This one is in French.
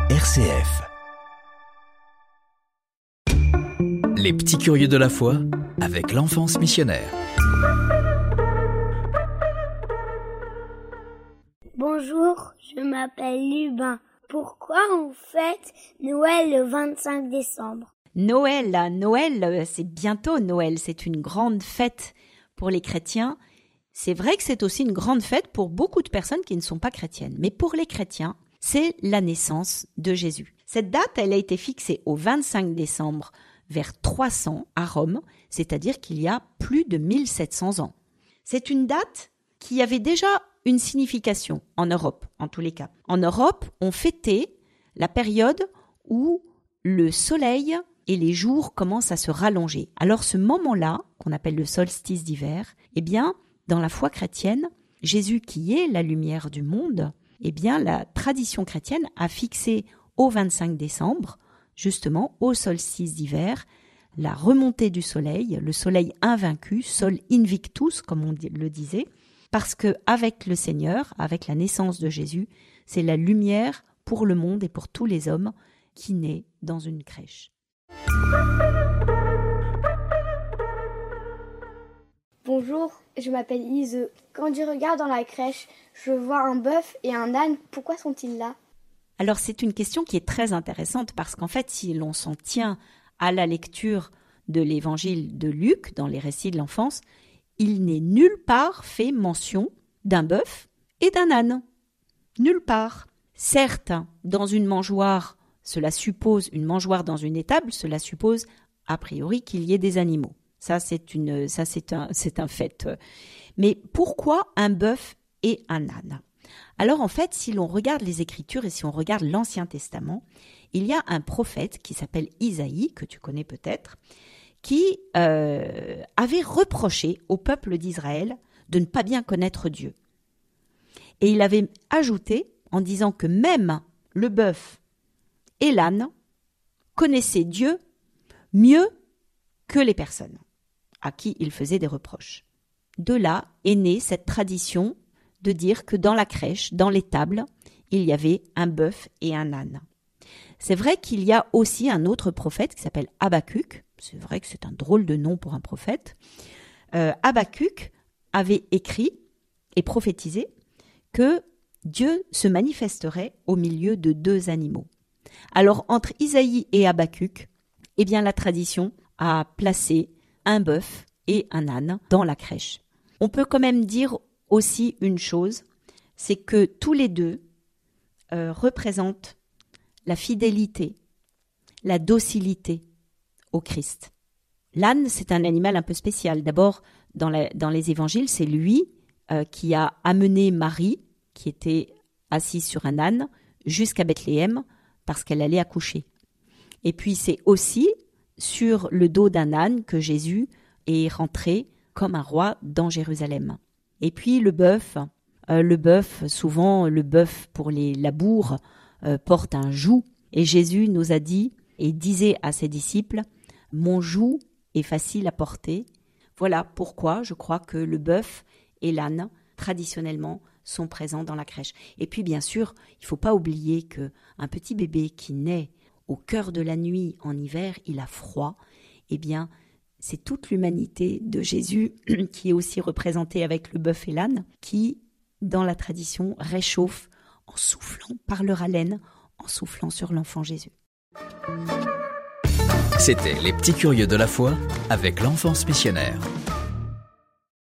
RCF. Les petits curieux de la foi avec l'enfance missionnaire. Bonjour, je m'appelle Lubin. Pourquoi on fête Noël le 25 décembre ? Noël, c'est bientôt Noël, c'est une grande fête pour les chrétiens. C'est vrai que c'est aussi une grande fête pour beaucoup de personnes qui ne sont pas chrétiennes. Mais pour les chrétiens, c'est la naissance de Jésus. Cette date, elle a été fixée au 25 décembre vers 300 à Rome, c'est-à-dire qu'il y a plus de 1700 ans. C'est une date qui avait déjà une signification en Europe, en tous les cas. En Europe, on fêtait la période où le soleil et les jours commencent à se rallonger. Alors ce moment-là, qu'on appelle le solstice d'hiver, eh bien, dans la foi chrétienne, Jésus qui est la lumière du monde, eh bien, la tradition chrétienne a fixé au 25 décembre, justement au solstice d'hiver, la remontée du soleil, le soleil invaincu, sol invictus, comme on le disait, parce que avec le Seigneur, avec la naissance de Jésus, c'est la lumière pour le monde et pour tous les hommes qui naît dans une crèche. Bonjour, je m'appelle Ise. Quand je regarde dans la crèche, je vois un bœuf et un âne. Pourquoi sont-ils là ? Alors c'est une question qui est très intéressante parce qu'en fait, si l'on s'en tient à la lecture de l'évangile de Luc, dans les récits de l'enfance, il n'est nulle part fait mention d'un bœuf et d'un âne. Nulle part. Certes, dans une mangeoire, cela suppose, une mangeoire dans une étable, cela suppose a priori qu'il y ait des animaux. Ça, c'est un fait. Mais pourquoi un bœuf et un âne ? Alors en fait, si l'on regarde les Écritures et si on regarde l'Ancien Testament, il y a un prophète qui s'appelle Isaïe, que tu connais peut-être, qui avait reproché au peuple d'Israël de ne pas bien connaître Dieu. Et il avait ajouté en disant que même le bœuf et l'âne connaissaient Dieu mieux que les personnes à qui il faisait des reproches. De là est née cette tradition de dire que dans la crèche, dans l'étable, il y avait un bœuf et un âne. C'est vrai qu'il y a aussi un autre prophète qui s'appelle Habacuc. C'est vrai que c'est un drôle de nom pour un prophète. Habacuc avait écrit et prophétisé que Dieu se manifesterait au milieu de deux animaux. Alors entre Isaïe et Habacuc, eh bien la tradition a placé un bœuf et un âne dans la crèche. On peut quand même dire aussi une chose, c'est que tous les deux représentent la fidélité, la docilité au Christ. L'âne, c'est un animal un peu spécial. D'abord, dans les évangiles, c'est lui qui a amené Marie, qui était assise sur un âne, jusqu'à Bethléem, parce qu'elle allait accoucher. Et puis, c'est aussi sur le dos d'un âne que Jésus est rentré comme un roi dans Jérusalem. Et puis le bœuf, souvent le bœuf pour les labours porte un joug. Et Jésus nous a dit et disait à ses disciples, « Mon joug est facile à porter ». Voilà pourquoi je crois que le bœuf et l'âne, traditionnellement, sont présents dans la crèche. Et puis bien sûr, il ne faut pas oublier qu'un petit bébé qui naît au cœur de la nuit en hiver, il a froid, eh bien, c'est toute l'humanité de Jésus qui est aussi représentée avec le bœuf et l'âne, qui, dans la tradition, réchauffe en soufflant par leur haleine, en soufflant sur l'enfant Jésus. C'était Les petits curieux de la foi avec l'enfance missionnaire.